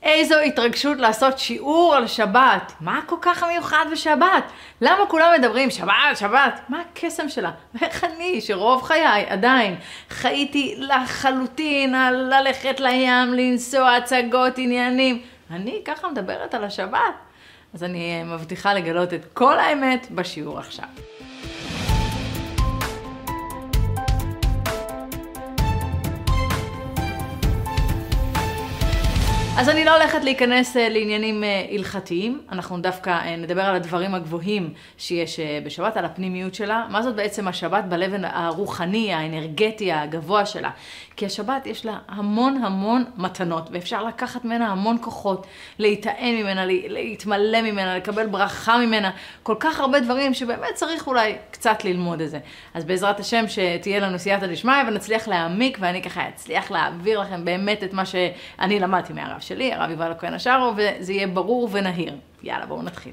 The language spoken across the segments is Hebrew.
איזו התרגשות לעשות שיעור על שבת. מה כל כך מיוחד בשבת? למה כולם מדברים שבת, שבת? מה הקסם שלה? איך אני, שרוב חיי עדיין חייתי לחלוטין על ללכת לים, לנסוע, הצגות, עניינים. אני ככה מדברת על השבת. אז אני מבטיחה לגלות את כל האמת בשיעור עכשיו. אז אני לא הולכת להיכנס לעניינים הלכתיים, אנחנו דווקא נדבר על הדברים הגבוהים שיש בשבת, על הפנימיות שלה. מה זאת בעצם השבת בלב הרוחני, האנרגטי, הגבוה שלה? כי השבת יש לה המון מתנות, ואפשר לקחת ממנה המון כוחות, להתאן ממנה, להתמלא ממנה, לקבל ברכה ממנה, כל כך הרבה דברים שבאמת צריך אולי קצת ללמוד את זה. אז בעזרת השם שתהיה לנו סייעתא דשמיא ונצליח להעמיק, ואני ככה אצליח להעביר לכם באמת את מה שאני למדתי מהרב שלי, הרב יובל הכהן השארו, וזה יהיה ברור ונהיר. יאללה, בואו נתחיל.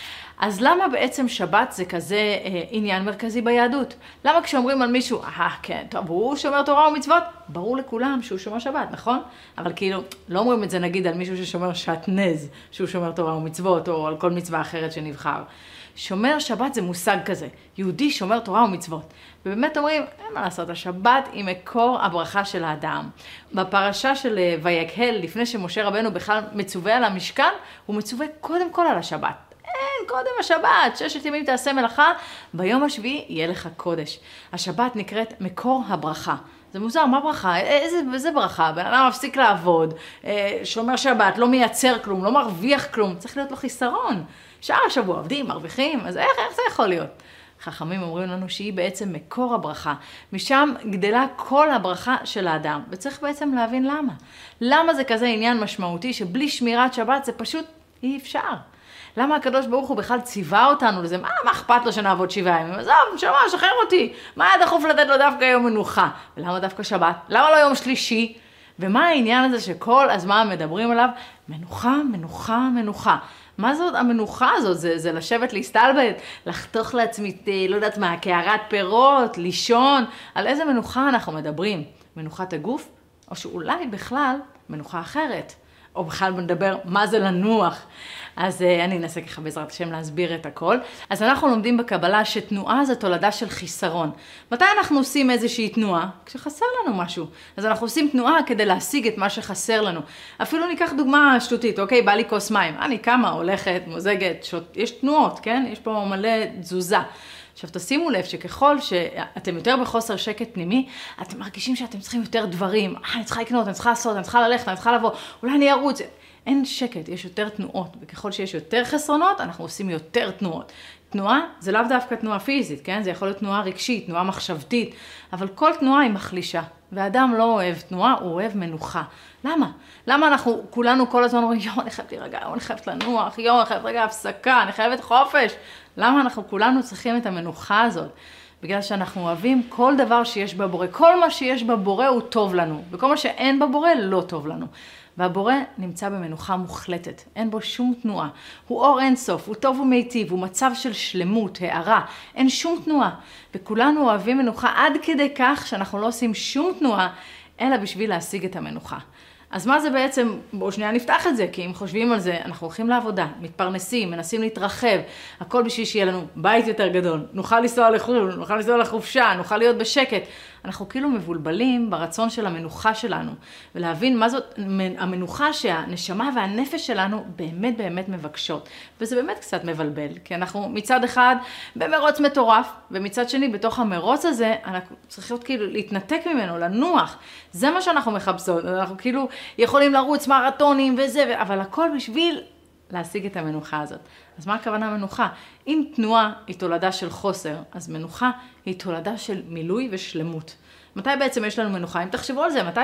אז למה בעצם שבת זה כזה עניין מרכזי ביהדות? למה כשאומרים על מישהו, כן, טוב, הוא שומר תורה ומצוות? ברור לכולם שהוא שומר שבת, נכון? אבל כאילו, לא אומרים את זה נגיד על מישהו ששומר שעטנז, שהוא שומר תורה ומצוות, או על כל מצווה אחרת שנבחר. שומר שבת זה מושג כזה, יהודי שומר תורה ומצוות. ובאמת אומרים, אין מה לעשות, השבת היא מקור הברכה של האדם. בפרשה של ויקהל, לפני שמשה רבנו בכלל מצווה על המשכן, הוא מצווה קודם כל על השבת. אין, קודם השבת, 6 ימים תעשה מלאכה, ביום השביעי יהיה לך קודש. השבת נקראת מקור הברכה. זה מוזר, מה ברכה? איזה ברכה? בן אדם מפסיק לעבוד, שומר שבת, לא מייצר כלום, לא מרוויח כלום, צריך להיות לו חיסרון. שאר השבוע עובדים, מרוויחים, אז איך זה יכול להיות? חכמים אומרים לנו שהיא בעצם מקור הברכה. משם גדלה כל הברכה של האדם. וצריך בעצם להבין למה. למה זה כזה עניין משמעותי שבלי שמירת שבת זה פשוט אי אפשר? למה הקדוש ברוך הוא בכלל ציווה אותנו לזה? מה אכפת לו שנעבוד 7 ימים? עזוב, נשמה, שחרר אותי. מה היה דחוף לתת לו דווקא יום מנוחה? ולמה דווקא שבת? למה לא יום שלישי? ומה העניין הזה שכל הזמן מדברים עליו? מנוחה, מנוחה, מנוחה. מה זאת המנוחה הזאת? זה לשבת להסתלבט, לחתוך לעצמי, לא יודעת מה, קערת פירות, לישון. על איזה מנוחה אנחנו מדברים? מנוחת הגוף? או שאולי בכלל מנוחה אחרת? או בכלל נדבר מה זה לנוח. אז אני אנסה ככה בעזרת השם להסביר את הכל. אז אנחנו לומדים בקבלה שתנועה זה תולדה של חיסרון. מתי אנחנו עושים איזושהי תנועה? כשחסר לנו משהו. אז אנחנו עושים תנועה כדי להשיג את מה שחסר לנו. אפילו ניקח דוגמה שטותית, אוקיי, בא לי כוס מים. אני קמה, הולכת, מוזגת, יש תנועות, כן? יש פה מלא תזוזה. עכשיו תשימו לב שככל שאתם יותר בחוסר שקט פנימי, אתם מרגישים שאתם צריכים יותר דברים. אני צריכה לקנות, אני צריכה לעשות, אני צריכה ללכת, אני צריכה לבוא, אולי אני ארוץ. אין שקט, יש יותר תנועות, וככל שיש יותר חסרונות, אנחנו עושים יותר תנועות. תנועה זה לאו דווקא תנועה פיזית, כן? זה יכול להיות תנועה רגשית, תנועה מחשבתית, אבל כל תנועה היא מחלישה. ואדם לא אוהב תנועה, הוא אוהב מנוחה. למה? למה אנחנו כולנו כל הזמן אומרים, אני חייבת להירגע, אני חייבת לנוח, אני חייבת רגע הפסקה, אני חייבת חופש. למה אנחנו כולנו צריכים את המנוחה הזאת? בגלל שאנחנו אוהבים כל דבר שיש בבורא. כל מה שיש בבורא הוא טוב לנו, וכל מה שאין בבורא לא טוב לנו. והבורא נמצא במנוחה מוחלטת, אין בו שום תנועה. הוא אור אין סוף, הוא טוב ומיטיב, הוא מצב של שלמות, הערה, אין שום תנועה. וכולנו אוהבים מנוחה עד כדי כך שאנחנו לא עושים שום תנועה, אלא בשביל להשיג את המנוחה. אז מה זה בעצם? בואו שנייה נפתח את זה, כי אם חושבים על זה, אנחנו הולכים לעבודה, מתפרנסים, מנסים להתרחב, הכל בשביל שיהיה לנו בית יותר גדול, נוכל לנסוע לחו"ל, נוכל לנסוע לחופשה, נוכל להיות בשקט. אנחנו כאילו מבולבלים ברצון של המנוחה שלנו, ולהבין מה זאת המנוחה שהנשמה והנפש שלנו באמת מבקשות. וזה באמת קצת מבלבל, כי אנחנו מצד אחד במרוץ מטורף, ומצד שני בתוך המרוץ הזה, אנחנו צריכים כאילו להתנתק ממנו, לנוח. זה מה שאנחנו מחפשות, אנחנו כאילו יכולים לרוץ מרתונים וזה, אבל הכל בשביל להשיג את המנוחה הזאת. אז מה הכוונה מנוחה? אם תנועה היא תולדה של חוסר, אז מנוחה היא תולדה של מילוי ושלמות. מתי בעצם יש לנו מנוחה? אם תחשבו על זה, מתי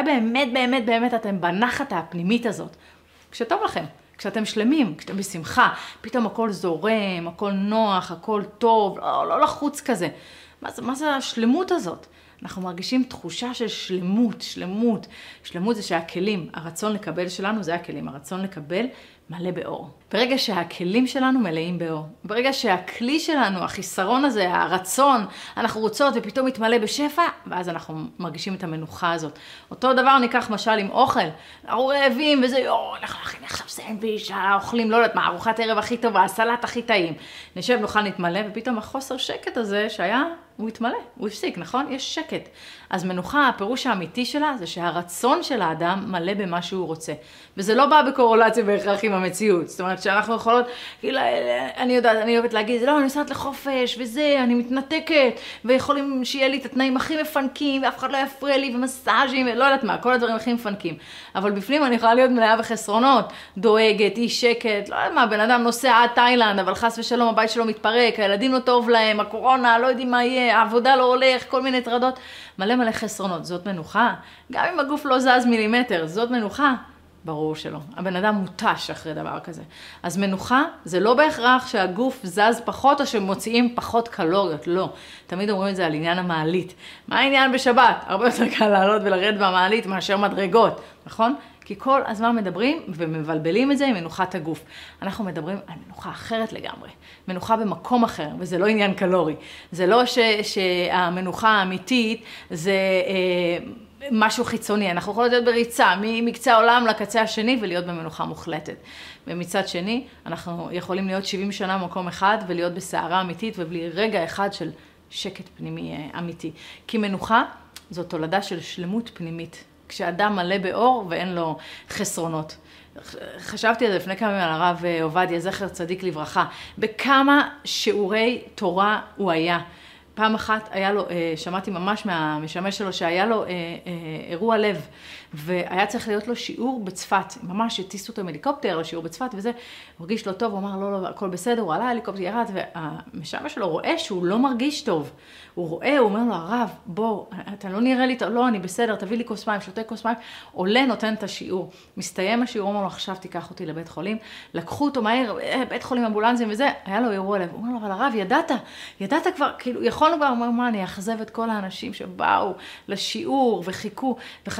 באמת אתם בנחת הפנימית הזאת? כשטוב לכם, כשאתם שלמים, כשאתם בשמחה, פתאום הכל זורם, הכל נוח, הכל טוב, לא לחוץ כזה. מה זה השלמות הזאת? אנחנו מרגישים תחושה של שלמות. שלמות זה שהכלים, הרצון לקבל שלנו זה הכלים, הרצון לקבל מלא באור. ברגע שהכלים שלנו מלאים באור, ברגע שהכלי שלנו, החיסרון הזה, הרצון, אנחנו רוצות ופתאום מתמלא בשפע, ואז אנחנו מרגישים את המנוחה הזאת. אותו דבר ניקח משל עם אוכל, אנחנו רעבים וזה, אנחנו נכין עכשיו סנדוויץ', אוכלים, לא יודעת מה, ארוחת ערב הכי טובה, הסלט הכי טעים. נשב, נוכל נתמלא, ופתאום החוסר שקט הזה שהיה, הוא התמלא, הוא הפסיק, נכון? יש שקט. אז מנוחה, הפירוש האמיתי שלה, זה שהרצון של האדם מלא במה שהוא רוצה. וזה לא בא בקורולציה בהכרח עם המציאות. זאת אומרת, שאנחנו יכולות, כאילו, אני יודעת, אני אוהבת להגיד, לא, אני נוסעת לחופש, וזה, אני מתנתקת, ויכולים שיהיה לי את התנאים הכי מפנקים, ואף אחד לא יפריע לי, ומסאז'ים, ולא יודעת מה, כל הדברים הכי מפנקים. אבל בפנים אני יכולה להיות מלאה בחסרונות, דואגת, אי שקט, לא יודעת מה, בן אדם נוסע עד תאילנד, אבל חס ושלום, הבית שלו מתפרק, הילדים לא טוב להם, הקורונה, לא יודעים מה יהיה, העבודה לא הולך, כל מיני טרדות, מלא חסרונות. זאת מנוחה? גם אם הגוף לא זז מילימטר, זאת מנוחה? ברור שלא. הבן אדם מותש אחרי דבר כזה. אז מנוחה זה לא בהכרח שהגוף זז פחות או שמוציאים פחות קלוריות, לא. תמיד אומרים את זה על עניין המעלית. מה העניין בשבת? הרבה יותר קל לעלות ולרד במעלית מאשר מדרגות, נכון? כי כל הזמן מדברים ומבלבלים את זה עם מנוחת הגוף. אנחנו מדברים על מנוחה אחרת לגמרי. מנוחה במקום אחר, וזה לא עניין קלורי. זה לא שהמנוחה האמיתית זה משהו חיצוני. אנחנו יכולים להיות בריצה מקצה העולם לקצה השני ולהיות במנוחה מוחלטת. ומצד שני, אנחנו יכולים להיות 70 שנה במקום אחד ולהיות בסערה אמיתית ובלי רגע אחד של שקט פנימי אמיתי. כי מנוחה זו תולדה של שלמות פנימית. כשאדם מלא באור ואין לו חסרונות. חשבתי על זה לפני כמה ימים על הרב עובדיה, זכר צדיק לברכה, בכמה שיעורי תורה הוא היה. פעם אחת היה לו, שמעתי ממש מהמשמש שלו, שהיה לו אירוע לב, והיה צריך להיות לו שיעור בצפת, ממש הטיסו אותו עם הליקופטר לשיעור בצפת, וזה, הוא הרגיש לא טוב, הוא אמר לא, הכל בסדר, הוא עלה הליקופטר, ירד, והמשמש שלו רואה שהוא לא מרגיש טוב, הוא רואה, הוא אומר לו, הרב, בוא, אתה לא נראה לי, לא, אני בסדר, תביא לי כוס מים, שותה כוס מים, עולה, נותן את השיעור, מסתיים השיעור, הוא אומר לו, עכשיו תיקח אותי לבית חולים, לקחו אותו מהר, בית חולים אמבולנסים וזה, היה לו אירוע לב, הוא אומר לו, אבל הרב, ידעת כבר, כאילו, יכולנו כבר, אומר, מה, אני אחזב את כל האנשים שבאו לשיעור וחיכו,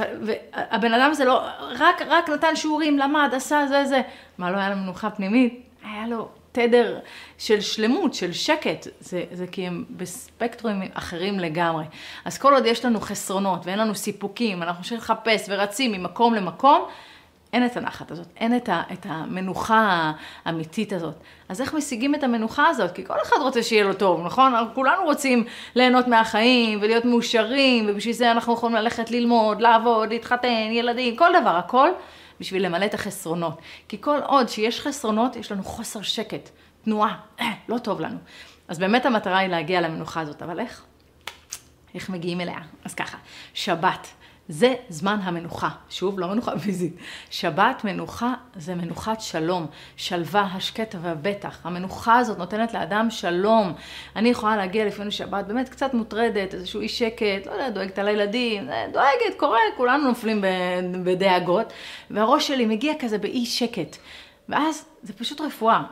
והבן אדם הזה לא, רק נתן שיעורים, למד, עשה, זה. מה, לא היה לו מנוחה פנימית? היה לו תדר של שלמות, של שקט. זה כי הם בספקטרומים אחרים לגמרי. אז כל עוד יש לנו חסרונות ואין לנו סיפוקים, אנחנו צריכים לחפש ורצים ממקום למקום, אין את הנחת הזאת, אין את המנוחה האמיתית הזאת. אז איך משיגים את המנוחה הזאת? כי כל אחד רוצה שיהיה לו טוב, נכון? כולנו רוצים ליהנות מהחיים ולהיות מאושרים, ובשביל זה אנחנו יכולים ללכת ללמוד, לעבוד, להתחתן, ילדים, כל דבר, הכל בשביל למלא את החסרונות. כי כל עוד שיש חסרונות, יש לנו חוסר שקט, תנועה, לא טוב לנו. אז באמת המטרה היא להגיע למנוחה הזאת, אבל איך מגיעים אליה? אז ככה, שבת. זה זמן המנוחה, שוב, לא מנוחה פיזית. שבת מנוחה זה מנוחת שלום, שלווה, השקט והבטח. המנוחה הזאת נותנת לאדם שלום. אני יכולה להגיע לפעמים שבת, באמת קצת מוטרדת, איזשהו אי שקט, לא יודע, דואגת על הילדים, דואגת, קורה, כולנו נופלים בדאגות, והראש שלי מגיע כזה באי שקט. ואז זה פשוט רפואה,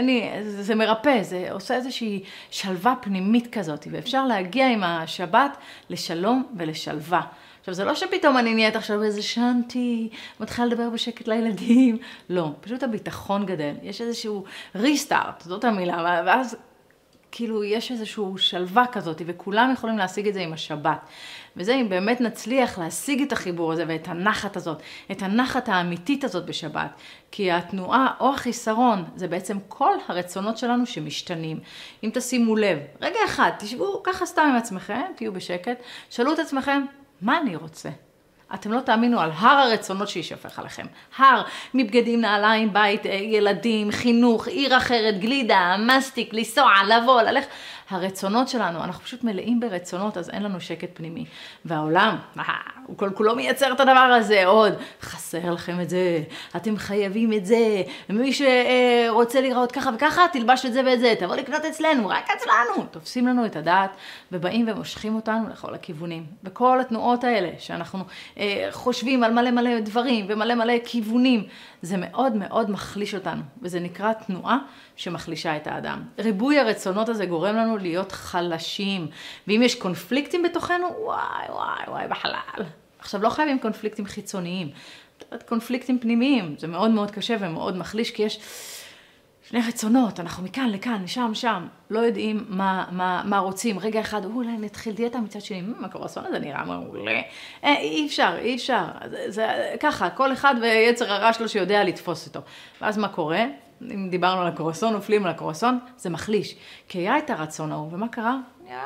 זה מרפא, זה עושה איזושהי שלווה פנימית כזאת, ואפשר להגיע עם השבת לשלום ולשלווה. עכשיו, זה לא שפתאום אני נהיית עכשיו איזה שנתי, מתחילה לדבר בשקט לילדים. לא, פשוט הביטחון גדל. יש איזשהו ריסטארט, זאת המילה, ואז כאילו יש איזשהו שלווה כזאת, וכולם יכולים להשיג את זה עם השבת. וזה אם באמת נצליח להשיג את החיבור הזה ואת הנחת הזאת, את הנחת האמיתית הזאת בשבת. כי התנועה או החיסרון זה בעצם כל הרצונות שלנו שמשתנים. אם תשימו לב, רגע אחד, תשבו ככה סתם עם עצמכם, תהיו בשקט, שאלו את עצמכם, מה אני רוצה? אתם לא תאמינו על הר הרצונות שישפך עליכם. הר, מבגדים, נעליים, בית, ילדים, חינוך, עיר אחרת, גלידה, מסטיק, לנסוע, לבוא, ללך. הרצונות שלנו, אנחנו פשוט מלאים ברצונות, אז אין לנו שקט פנימי. והעולם, הוא כולו מייצר את הדבר הזה, עוד, חסר לכם את זה, אתם חייבים את זה, מי שרוצה לראות ככה וככה, תלבש את זה ואת זה, תבוא לקנות אצלנו, רק אצלנו. תופסים לנו את הדעת, ובאים ומושכים אותנו לכל הכיוונים. וכל התנועות האלה, שאנחנו חושבים על מלא דברים, ומלא כיוונים, זה מאוד מאוד מחליש אותנו, וזה נקרא תנועה שמחלישה את האדם. ריבוי הרצונות הזה גורם לנו להיות חלשים, ואם יש קונפליקטים בתוכנו, וואי, בחלל. עכשיו, לא חייבים קונפליקטים חיצוניים, קונפליקטים פנימיים, זה מאוד מאוד קשה ומאוד מחליש, כי שני רצונות, אנחנו מכאן לכאן, משם, שם, לא יודעים מה רוצים. רגע אחד, אולי נתחיל דיאטה מצד שני, הקרואסון הזה נראה מעולה. אי אפשר. זה ככה, כל אחד ויצר הרע שלו שיודע לתפוס אותו. ואז מה קורה? אם דיברנו על הקרואסון, נופלים על הקרואסון, זה מחליש. כי היה את הרצון ההוא, ומה קרה?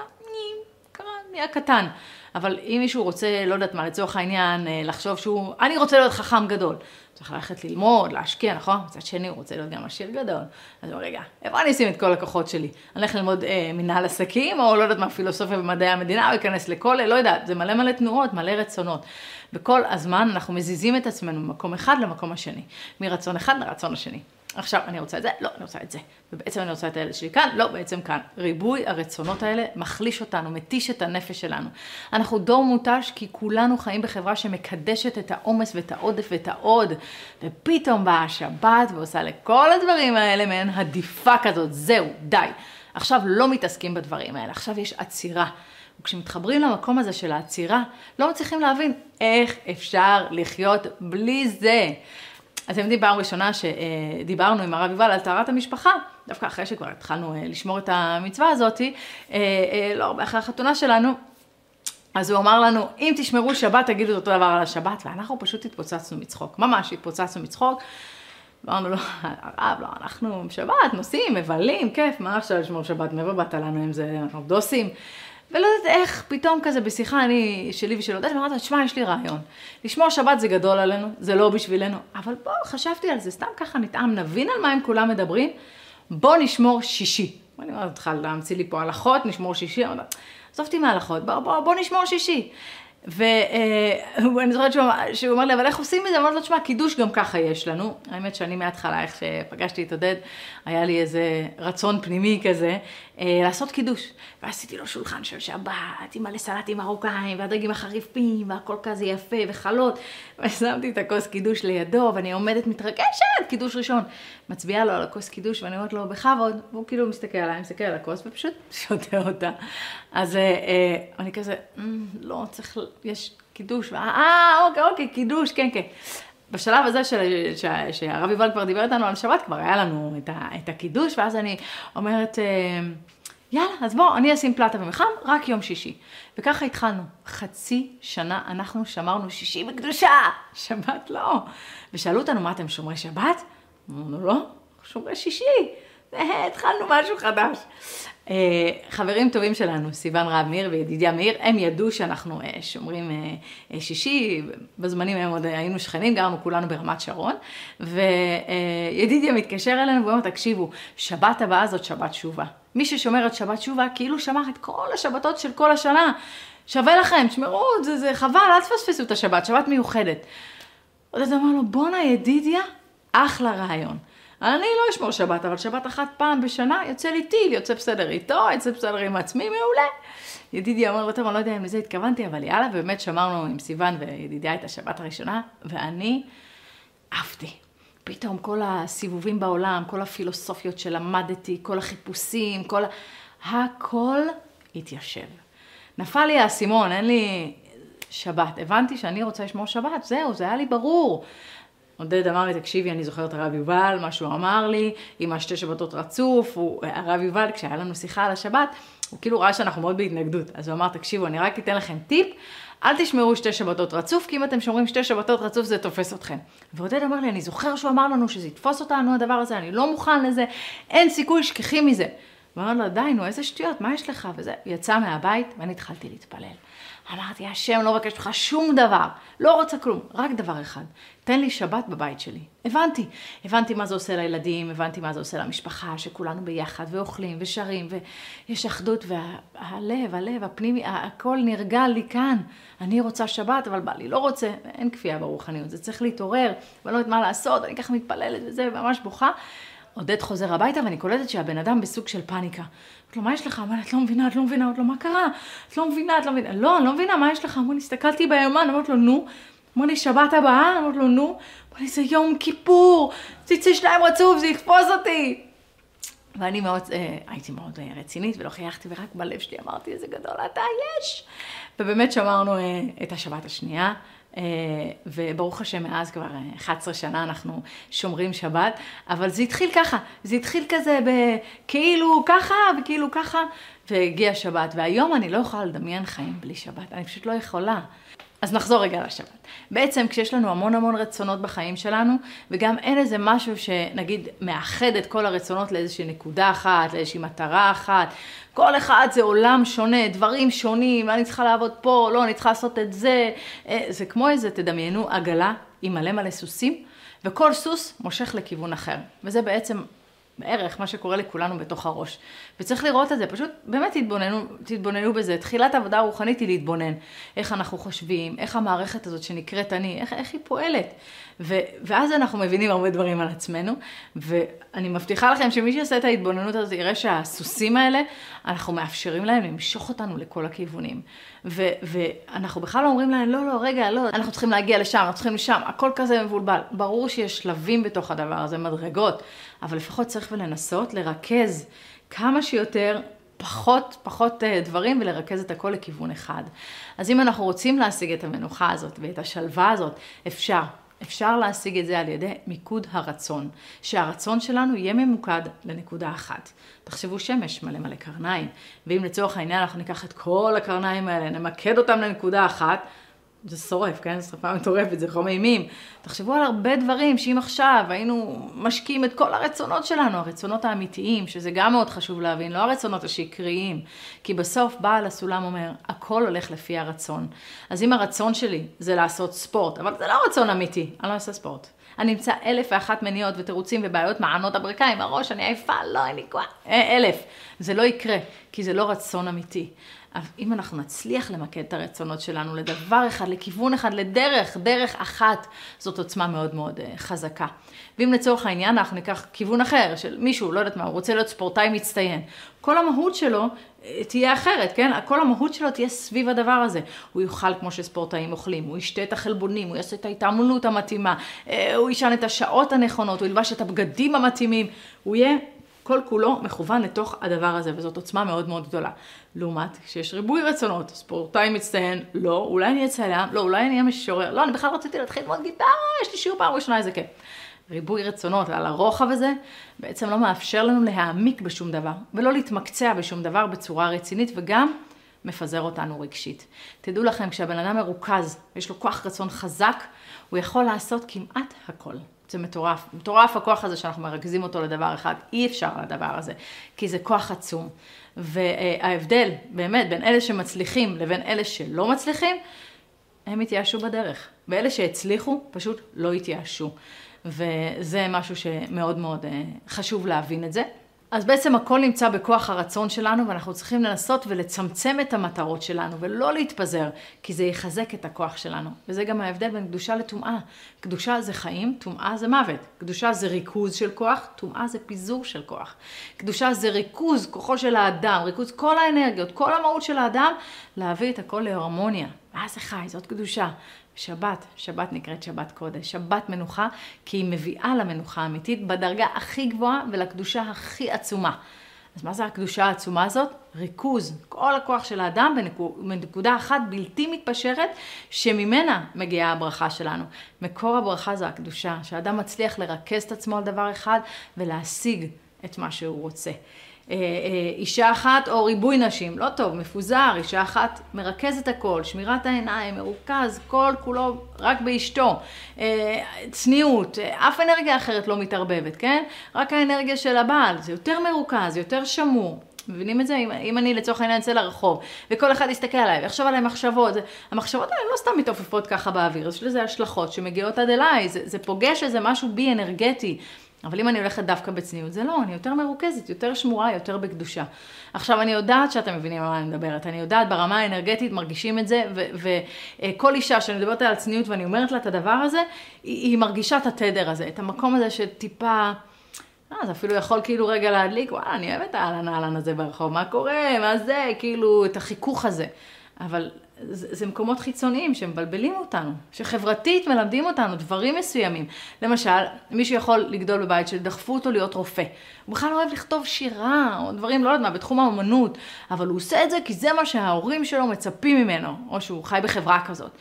נהיה קטן. אבל אם מישהו רוצה, לא יודעת מה, לצורך העניין, לחשוב שהוא, אני רוצה להיות חכם גדול. צריך ללכת ללמוד, להשקיע, נכון? מצד שני, הוא רוצה להיות גם עשיר גדול. אז רגע, איפה אני אשים את כל הכוחות שלי? אני הולך ללמוד מנהל עסקים, או לא יודעת מה, פילוסופיה במדעי המדינה, או להיכנס לכל, לא יודעת, זה מלא תנועות, מלא רצונות. וכל הזמן אנחנו מזיזים את עצמנו ממקום אחד למקום השני. מרצון אחד לרצון השני. עכשיו, אני רוצה את זה? לא, אני רוצה את זה. ובעצם אני רוצה את הילד שלי כאן? לא, בעצם כאן. ריבוי הרצונות האלה מחליש אותנו, מתיש את הנפש שלנו. אנחנו דור מותש כי כולנו חיים בחברה שמקדשת את העומס ואת העודף ואת העוד. ופתאום באה השבת ועושה לכל הדברים האלה מהן עדיפה כזאת. זהו, די. עכשיו לא מתעסקים בדברים האלה, עכשיו יש עצירה. וכשמתחברים למקום הזה של העצירה, לא מצליחים להבין איך אפשר לחיות בלי זה. אתם יודעים, פעם ראשונה שדיברנו עם הרב יובל על טהרת המשפחה, דווקא אחרי שכבר התחלנו לשמור את המצווה הזאת, לא הרבה אחרי החתונה שלנו, אז הוא אמר לנו, אם תשמרו שבת, תגידו אותו דבר על השבת, ואנחנו פשוט התפוצצנו מצחוק, ממש התפוצצנו מצחוק, אמרנו לו, הרב, לא, אנחנו שבת, נוסעים, מבלים, כיף, מה עכשיו לשמור שבת, מאיפה באת לנו עם זה, אנחנו דוסים, ולא יודעת איך, פתאום כזה בשיחה שלי ושל עודד, ואמרתי, תשמע, יש לי רעיון. לשמור שבת זה גדול עלינו, זה לא בשבילנו, אבל בוא, חשבתי על זה, סתם ככה נטעם, נבין על מה הם כולם מדברים, בוא נשמור שישי. אני אומרת, התחל להמציא לי פה הלכות, נשמור שישי, עזובתי מההלכות, בוא נשמור שישי. ואני זוכרת שהוא אומר לי, אבל איך עושים את זה? אמרתי לו, תשמע, קידוש גם ככה יש לנו. האמת שאני מההתחלה, איך שפגשתי את עודד, היה לי איזה רצון פנימי כזה, לעשות קידוש. ועשיתי לו שולחן של שבת, עם מלא סלטים מרוקאים, והדגים החריפים, והכל כזה יפה, וחלות. ושמתי את הכוס קידוש לידו, ואני עומדת מתרגשת, קידוש ראשון. מצביעה לו על הכוס קידוש, ואני אומרת לו, בכבוד, והוא כאילו מסתכל עליי, מסתכל על הכוס, ופשוט שותה אותה. אז אני כזה, לא, צריך, יש קידוש, אוקיי, קידוש, כן. בשלב הזה שהרב יובל כבר דיבר איתנו על שבת, כבר היה לנו את הקידוש, ואז אני אומרת, יאללה, אז בוא, אני אשים פלטה ומחם, רק יום שישי. וככה התחלנו. חצי שנה אנחנו שמרנו שישי בקדושה, שבת לא. ושאלו אותנו, מה אתם שומרי שבת? אמרנו, לא, שומרי שישי. התחלנו משהו חדש. חברים טובים שלנו, סיוון רב מאיר וידידיה מאיר, הם ידעו שאנחנו שומרים שישי, בזמנים הם עוד היינו שכנים, גרנו כולנו ברמת שרון, וידידיה מתקשר אלינו ואומר, תקשיבו, שבת הבאה זאת שבת שובה. מי ששומר את שבת שובה, כאילו שמר את כל השבתות של כל השנה. שווה לכם, תשמרו, זה חבל, אל תפספסו את השבת, שבת מיוחדת. עוד אתה אומר לו, בונה ידידיה, אחלה רעיון. אני לא אשמור שבת, אבל שבת אחת פעם בשנה יוצא לי טיל, יוצא בסדר איתו, יוצא בסדר עם עצמי, מעולה. ידידיה אומר לו, טוב, אני לא יודע אם לזה התכוונתי, אבל יאללה, ובאמת שמרנו עם סיוון וידידיה את השבת הראשונה, ואני עפתי. פתאום כל הסיבובים בעולם, כל הפילוסופיות שלמדתי, כל החיפושים, הכל התיישב. נפל לי האסימון, אין לי שבת. הבנתי שאני רוצה לשמור שבת, זהו, זה היה לי ברור. עודד אמר לי, תקשיבי, אני זוכרת הרב יובל, מה שהוא אמר לי, עם השתי שבתות רצוף, הרב יובל, כשהיה לנו שיחה על השבת, הוא כאילו ראה שאנחנו מאוד בהתנגדות. אז הוא אמר, תקשיבו, אני רק אתן לכם טיפ, אל תשמרו שתי שבתות רצוף, כי אם אתם שומרים שתי שבתות רצוף, זה תופס אתכם. ועודד אמר לי, אני זוכר שהוא אמר לנו שזה יתפוס אותנו הדבר הזה, אני לא מוכן לזה, אין סיכוי, שכחי מזה. ואמר לו, די, נו, איזה שטויות, מה יש לך? וזה, יצא מהבית, ואני התחלתי להתפלל. אמרתי, השם לא מבקש לך שום דבר, לא רוצה כלום, רק דבר אחד, תן לי שבת בבית שלי. הבנתי מה זה עושה לילדים, הבנתי מה זה עושה למשפחה, שכולנו ביחד ואוכלים ושרים, ויש אחדות, והלב, הפנימי, הכל נרגע לי כאן. אני רוצה שבת, אבל בא לי, לא רוצה, אין כפייה ברוחניות, זה צריך להתעורר, ואני לא יודעת מה לעשות, אני ככה מתפללת וזה, ממש בוכה. עודד חוזר הביתה, ואני קולטת שהבן אדם בסוג של פאניקה. אמרת לו, מה יש לך? אמרת, את לא מבינה. אמרת לו, מה קרה? את לא מבינה. לא, אני לא מבינה, מה יש לך? אמרו לי, הסתכלתי ביומן, אמרת לו, נו. אמרו לי, שבת הבאה? אמרת לו, נו. אמרו לי, זה יום כיפור. תצא 2 רצוף, זה יתפוס אותי. ואני הייתי מאוד רצינית, ולא חייכתי, ורק בלב שלי אמרתי, איזה גדול אתה יש. ובאמת שמרנו את השבת השנייה. וברוך השם מאז כבר 11 שנה אנחנו שומרים שבת, אבל זה התחיל ככה, זה התחיל כזה כאילו ככה וכאילו ככה, והגיע שבת, והיום אני לא יכולה לדמיין חיים בלי שבת, אני פשוט לא יכולה. אז נחזור רגע לשבת. בעצם כשיש לנו המון רצונות בחיים שלנו, וגם אין איזה משהו שנגיד מאחד את כל הרצונות לאיזושהי נקודה אחת, לאיזושהי מטרה אחת, כל אחד זה עולם שונה, דברים שונים, אני צריכה לעבוד פה, לא, אני צריכה לעשות את זה. זה כמו איזה, תדמיינו, עגלה עם מלא סוסים, וכל סוס מושך לכיוון אחר. וזה בעצם בערך מה שקורה לכולנו בתוך הראש. וצריך לראות את זה, פשוט באמת תתבוננו בזה. תחילת העבודה הרוחנית היא להתבונן. איך אנחנו חושבים, איך המערכת הזאת שנקראת אני, איך היא פועלת. ואז אנחנו מבינים הרבה דברים על עצמנו, ואני מבטיחה לכם שמי שעושה את ההתבוננות הזאת יראה שהסוסים האלה, אנחנו מאפשרים להם למשוך אותנו לכל הכיוונים. ואנחנו בכלל לא אומרים להם, לא, רגע, לא, אנחנו צריכים להגיע לשם, אנחנו צריכים לשם, הכל כזה מבולבל. ברור שיש שלבים בתוך הדבר הזה, מדרגות, אבל לפחות צריך לנסות לרכז כמה שיותר פחות דברים ולרכז את הכל לכיוון אחד. אז אם אנחנו רוצים להשיג את המנוחה הזאת ואת השלווה הזאת, אפשר להשיג את זה על ידי מיקוד הרצון, שהרצון שלנו יהיה ממוקד לנקודה אחת. תחשבו שמש מלא קרניים, ואם לצורך העניין אנחנו ניקח את כל הקרניים האלה, נמקד אותם לנקודה אחת, זה שורף, כן? שרפה מטורפת, זה חום אימים. תחשבו על הרבה דברים שאם עכשיו היינו משקיעים את כל הרצונות שלנו, הרצונות האמיתיים, שזה גם מאוד חשוב להבין, לא הרצונות השקריים, כי בסוף בעל הסולם אומר, הכל הולך לפי הרצון. אז אם הרצון שלי זה לעשות ספורט, אבל זה לא רצון אמיתי, אני לא עושה ספורט. אני אמצא 1,001 מניעות ותירוצים ובעיות מענות הברכיים, הראש, אני עייפה, לא, אין לי כוח. 1,000. זה לא יקרה, כי זה לא רצון אמיתי. אבל אם אנחנו נצליח למקד את הרצונות שלנו לדבר אחד, לכיוון אחד, דרך אחת, זאת עוצמה מאוד חזקה. ואם לצורך העניין אנחנו ניקח כיוון אחר של מישהו, לא יודעת מה, הוא רוצה להיות ספורטאי מצטיין. כל המהות שלו תהיה אחרת, כן? כל המהות שלו תהיה סביב הדבר הזה. הוא יאכל כמו שספורטאים אוכלים, הוא ישתה את החלבונים, הוא יעשה את ההתאמנות המתאימה, הוא ישן את השעות הנכונות, הוא ילבש את הבגדים המתאימים, הוא יהיה כל כולו מכוון לתוך הדבר הזה, וזאת עוצמה מאוד גדולה. לעומת, כשיש ריבוי רצונות, ספורטאי מצטיין, לא, אולי אני אהיה צלם, לא, אולי אני אהיה משורר, לא, אני בכלל רציתי להתחיל ללמוד גיטרה, יש לי שיעור פעם ראשונה, איזה כיף. ריבוי רצונות על הרוחב הזה, בעצם לא מאפשר לנו להעמיק בשום דבר, ולא להתמקצע בשום דבר בצורה רצינית, וגם מפזר אותנו רגשית. תדעו לכם, כשהבן אדם מרוכז, יש לו כוח רצון חזק, הוא יכול לעשות כמעט הכל. זה מטורף הכוח הזה שאנחנו מרכזים אותו לדבר אחד, אי אפשר לדבר הזה, כי זה כוח עצום. וההבדל באמת בין אלה שמצליחים לבין אלה שלא מצליחים, הם התייאשו בדרך. ואלה שהצליחו פשוט לא התייאשו. וזה משהו שמאוד חשוב להבין את זה. אז בעצם הכל נמצא בכוח הרצון שלנו, ואנחנו צריכים לנסות ולצמצם את המטרות שלנו, ולא להתפזר, כי זה יחזק את הכוח שלנו. וזה גם ההבדל בין קדושה לטומאה. קדושה זה חיים, טומאה זה מוות. קדושה זה ריכוז של כוח, טומאה זה פיזור של כוח. קדושה זה ריכוז כוחו של האדם, ריכוז כל האנרגיות, כל המהות של האדם, להביא את הכל להרמוניה. ואז זה חי, זאת קדושה. שבת נקראת שבת קודש, שבת מנוחה, כי היא מביאה למנוחה האמיתית בדרגה הכי גבוהה ולקדושה הכי עצומה. אז מה זה הקדושה העצומה הזאת? ריכוז, כל הכוח של האדם בנקודה אחת בלתי מתפשרת, שממנה מגיעה הברכה שלנו. מקור הברכה זו הקדושה, שהאדם מצליח לרכז את עצמו על דבר אחד ולהשיג את מה שהוא רוצה. אישה אחת או ריבוי נשים, לא טוב, מפוזר, אישה אחת מרכזת הכל, שמירת העיניים, מרוכז, כל כולו רק באשתו, צניעות, אף אנרגיה אחרת לא מתערבבת, כן? רק האנרגיה של הבעל, זה יותר מרוכז, יותר שמור. מבינים את זה? אם אני לצורך העניין אצא לרחוב, וכל אחד יסתכל עליי, ויחשוב עליי מחשבות, המחשבות האלה לא סתם מתעופפות ככה באוויר, יש לזה השלכות שמגיעות עד אליי, זה פוגש איזה משהו בי אנרגטי. אבל אם אני הולכת דווקא בצניעות, זה לא, אני יותר מרוכזת, יותר שמורה, יותר בקדושה. עכשיו, אני יודעת שאתם מבינים על מה אני מדברת, אני יודעת ברמה האנרגטית, מרגישים את זה, וכל אישה שאני מדברת על צניעות ואני אומרת לה את הדבר הזה, היא מרגישה את התדר הזה, את המקום הזה שטיפה, זה אפילו יכול כאילו רגע להדליק, וואלה, אני אוהבת האלן הזה ברחוב, מה קורה, מה זה, כאילו, את החיכוך הזה. אבל זה מקומות חיצוניים שמבלבלים אותנו, שחברתית מלמדים אותנו דברים מסוימים. למשל, מישהו יכול לגדול בבית שדחפו אותו להיות רופא. הוא בכלל לא אוהב לכתוב שירה או דברים, לא יודעת מה, בתחום האמנות, אבל הוא עושה את זה כי זה מה שההורים שלו מצפים ממנו, או שהוא חי בחברה כזאת.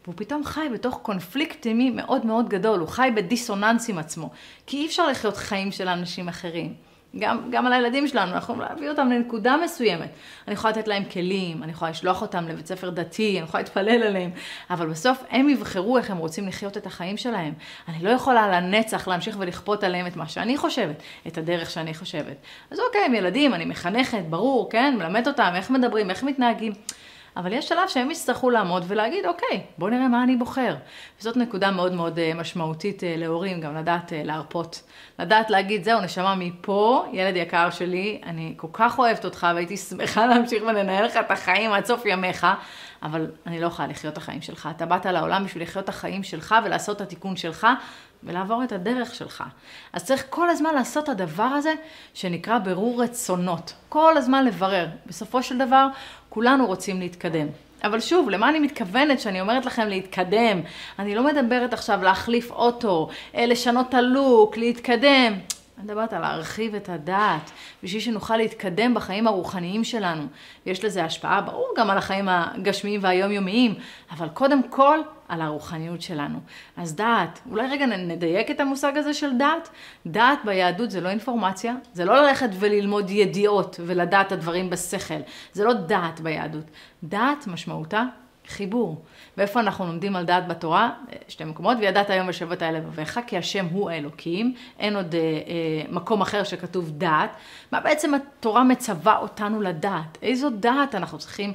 והוא פתאום חי בתוך קונפליקט פנימי מאוד מאוד גדול, הוא חי בדיסוננס עם עצמו, כי אי אפשר לחיות חיים של אנשים אחרים. גם על הילדים שלנו, אנחנו יכולים להביא אותם לנקודה מסוימת. אני יכולה לתת להם כלים, אני יכולה לשלוח אותם לבית ספר דתי, אני יכולה להתפלל עליהם, אבל בסוף הם יבחרו איך הם רוצים לחיות את החיים שלהם. אני לא יכולה לנצח להמשיך ולכפות עליהם את מה שאני חושבת, את הדרך שאני חושבת. אז אוקיי, הם ילדים, אני מחנכת, ברור, כן, מלמד אותם איך מדברים, איך מתנהגים. אבל יש שלב שהם יצטרכו לעמוד ולהגיד, אוקיי, בוא נראה מה אני בוחר. וזאת נקודה מאוד מאוד משמעותית להורים, גם לדעת להרפות. לדעת להגיד, זהו, נשמה מפה, ילד יקר שלי, אני כל כך אוהבת אותך, והייתי שמחה להמשיך ולנהל לך את החיים עד סוף ימיך, אבל אני לא יכולה לחיות את החיים שלך. אתה באת לעולם בשביל לחיות את החיים שלך ולעשות את התיקון שלך, ולעבור את הדרך שלך. אז צריך כל הזמן לעשות את הדבר הזה שנקרא ברור רצונות. כל הזמן לברר. בסופו של דבר, כולנו רוצים להתקדם. אבל שוב, למה אני מתכוונת שאני אומרת לכם להתקדם? אני לא מדברת עכשיו להחליף אוטו, לשנות את הלוק, להתקדם. אני מדברת על להרחיב את הדעת, בשביל שנוכל להתקדם בחיים הרוחניים שלנו. ויש לזה השפעה, ברור, גם על החיים הגשמיים והיומיומיים, אבל קודם כל על הרוחניות שלנו. אז דעת, אולי רגע נדייק את המושג הזה של דעת? דעת ביהדות זה לא אינפורמציה, זה לא ללכת וללמוד ידיעות ולדעת את הדברים בשכל. זה לא דעת ביהדות. דעת משמעותה חיבור. ואיפה אנחנו לומדים על דעת בתורה? שתי מקומות, וידעת היום ושבעת אל לבביך, כי השם הוא האלוקים, אין עוד מקום אחר שכתוב דעת. מה בעצם התורה מצווה אותנו לדעת? איזו דעת אנחנו צריכים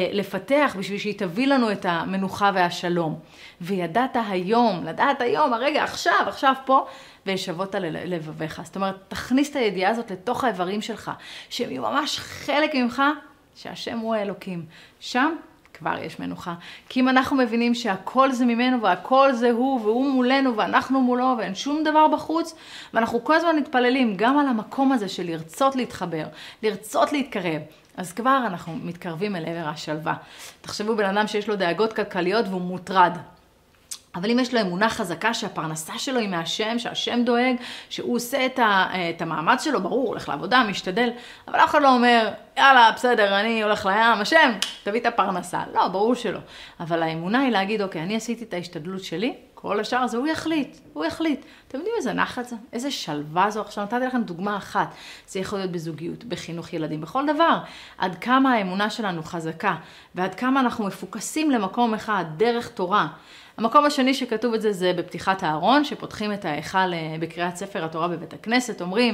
לפתח בשביל שהיא תביא לנו את המנוחה והשלום? וידעת היום, לדעת היום, הרגע, עכשיו פה, וישבות על לבביך. זאת אומרת, תכניס את הידיעה הזאת לתוך האיברים שלך, שהם יהיו ממש חלק ממך, שהשם הוא האלוקים. שם כבר יש מנוחה. כי אם אנחנו מבינים שהכל זה ממנו והכל זה הוא והוא מולנו ואנחנו מולו ואין שום דבר בחוץ, ואנחנו כל הזמן מתפללים גם על המקום הזה של לרצות להתחבר, לרצות להתקרב, אז כבר אנחנו מתקרבים אל עבר השלווה. תחשבו בן אדם שיש לו דאגות כלכליות והוא מוטרד. אבל אם יש לו אמונה חזקה שהפרנסה שלו היא מהשם, שהשם דואג, שהוא עושה את המאמץ שלו, ברור, הולך לעבודה, משתדל, אבל אף אחד לא אומר, יאללה, בסדר, אני הולך לים, השם, תביא את הפרנסה. לא, ברור שלא. אבל האמונה היא להגיד, אוקיי, אני עשיתי את ההשתדלות שלי, כל השאר הזה הוא יחליט. אתם יודעים איזה נחת זה? איזה שלווה זו? עכשיו נתתי לכם דוגמה אחת. זה יכול להיות בזוגיות, בחינוך ילדים, בכל דבר. עד כמה האמונה שלנו חזקה, ועד כמה אנחנו מפוקסים למקום אחד, דרך תורה. המקום השני שכתוב את זה, זה בפתיחת הארון, שפותחים את ההיכל בקריאת ספר התורה בבית הכנסת, אומרים,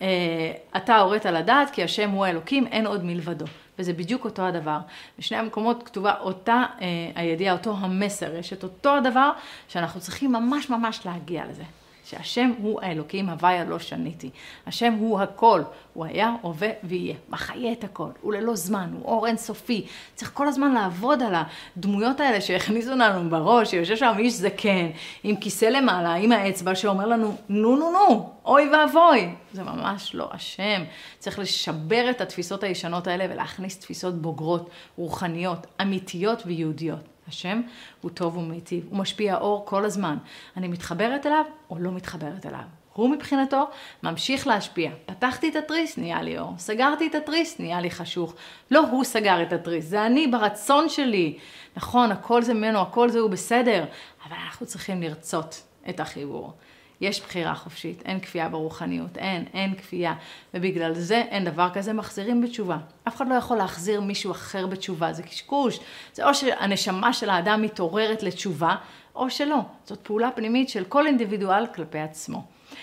אתה הורית לדעת, כי השם הוא האלוקים, אין עוד מלבדו. וזה בדיוק אותו הדבר. בשני המקומות כתובה אותה הידיעה, אותו המסר, יש את אותו הדבר שאנחנו צריכים ממש ממש להגיע לזה. שהשם הוא האלוקים, הוויה לא שניתי. השם הוא הכל, הוא היה, הווה ויהיה. מחיה את הכל, הוא ללא זמן, הוא אור אינסופי. צריך כל הזמן לעבוד על הדמויות האלה שהכניסו לנו בראש, שיושב שם איש זקן, עם כיסא למעלה, עם האצבע שאומר לנו, נו, אוי ואבוי. זה ממש לא השם. צריך לשבר את התפיסות הישנות האלה ולהכניס תפיסות בוגרות, רוחניות, אמיתיות ויהודיות. השם הוא טוב ומיטיב, הוא משפיע אור כל הזמן. אני מתחברת אליו או לא מתחברת אליו. הוא מבחינתו ממשיך להשפיע. פתחתי את התריס, נהיה לי אור. סגרתי את התריס, נהיה לי חשוך. לא הוא סגר את התריס, זה אני ברצון שלי. נכון, הכל זה ממנו, הכל זה הוא בסדר, אבל אנחנו צריכים לרצות את החיבור. יש בחירה חופשית, אין כפייה ברוחניות, אין כפייה. ובגלל זה אין דבר כזה מחזירים בתשובה. אף אחד לא יכול להחזיר מישהו אחר בתשובה, זה קשקוש. זה או שהנשמה של האדם מתעוררת לתשובה, או שלא. זאת פעולה פנימית של כל אינדיבידואל כלפי עצמו.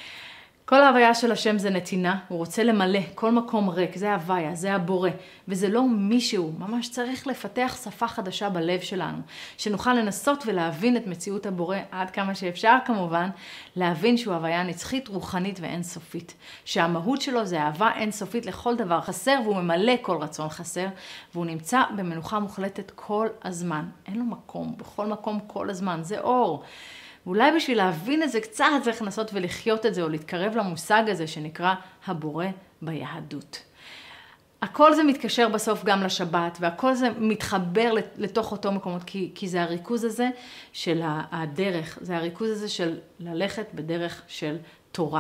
כל ההוויה של השם זה נתינה, הוא רוצה למלא כל מקום ריק, זה ההוויה, זה הבורא, וזה לא מישהו, ממש צריך לפתח שפה חדשה בלב שלנו, שנוכל לנסות ולהבין את מציאות הבורא עד כמה שאפשר כמובן, להבין שהוא הוויה נצחית, רוחנית ואינסופית, שהמהות שלו זה אהבה אינסופית לכל דבר חסר, והוא ממלא כל רצון חסר, והוא נמצא במנוחה מוחלטת כל הזמן, אין לו מקום, בכל מקום כל הזמן, זה אור. ואולי בשביל להבין את זה קצת צריך לנסות ולחיות את זה, או להתקרב למושג הזה שנקרא הבורא ביהדות. הכל זה מתקשר בסוף גם לשבת, והכל זה מתחבר לתוך אותו מקומות, כי זה הריכוז הזה של הדרך, זה הריכוז הזה של ללכת בדרך של תורה.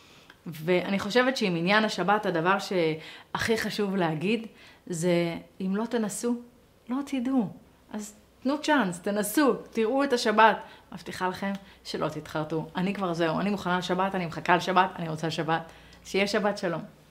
ואני חושבת שעם עניין השבת, הדבר שהכי חשוב להגיד, זה אם לא תנסו, לא תדעו. אז תנו צ'אנס, תנסו, תראו את השבת. מבטיחה לכם שלא תתחרטו. אני כבר זהו, אני מוכנה לשבת, אני מחכה לשבת, אני רוצה שבת. שיהיה שבת שלום.